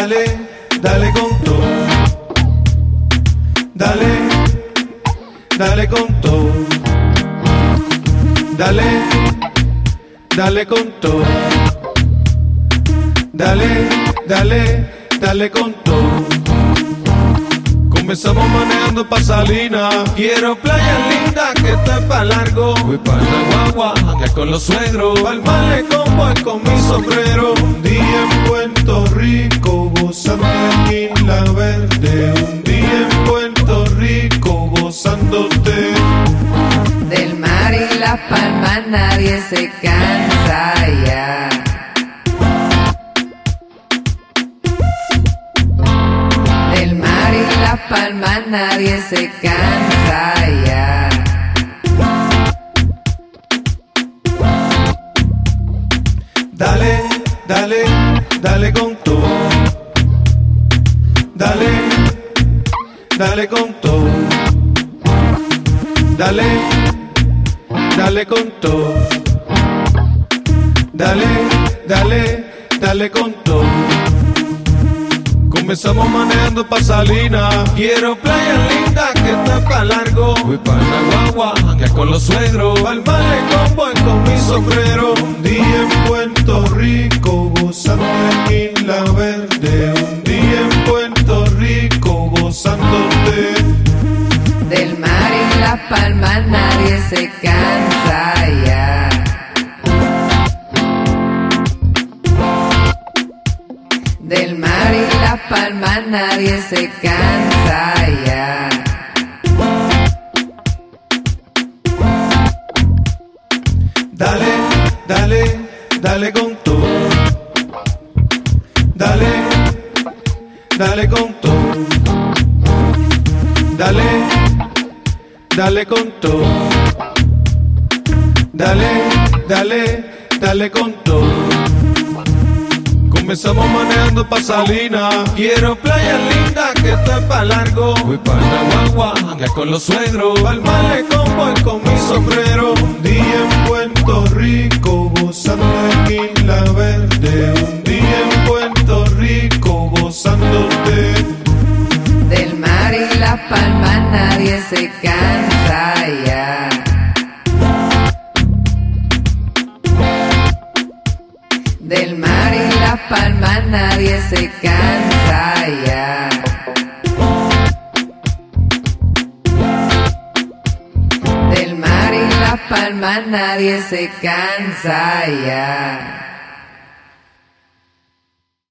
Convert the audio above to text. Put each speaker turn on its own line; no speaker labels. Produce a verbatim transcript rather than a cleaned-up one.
dale, dale con todo. Dale, dale con todo. Dale, dale con todo. Dale, dale, dale con todo. Comenzamos manejando pa' Salinas. Quiero playa linda, que esto es pa' largo. Voy pa' la guagua, janguear con los suegros. Pa'l malecón voy con mi sombrero. Un día en Puerto Rico, gozando en Isla Verde. Un día en Puerto Rico, gozándote.
Del mar y las palmas nadie se cansa ya. Del mar y las palmas nadie se cansa ya.
Dale, dale, dale con todo. Dale, dale con todo. Dale, dale con todo. Dale, dale, dale con todo. Comenzamos manejando pa' Salinas. Quiero playa linda, que esto es pa' largo. Voy pa' la guagua, janguear con los suegros. Pa'l malecón voy con mi sombrero. Un día en Puerto Rico, gozando en Isla Verde. Un día en Puerto Rico, gozándote.
Del mar y las palmas nadie se cansa ya. Del mar y las palmas nadie se cansa ya.
Dale, dale, dale con todo. Dale, dale con todo. Dale, dale con todo. Dale, dale, dale con todo. Comenzamos manejando pa' Salinas. Quiero playa linda, que esto es pa' largo. Voy pa' la guagua, janguear con los suegros. Pa'l malecón voy con mi sombrero. Un día en Puerto Rico, gozando en Isla Verde. Un día en Puerto Rico, gozándote.
Del mar y las palmas nadie se cansa ya. Del mar y las palmas nadie se cansa ya. Del mar y las palmas nadie se cansa ya.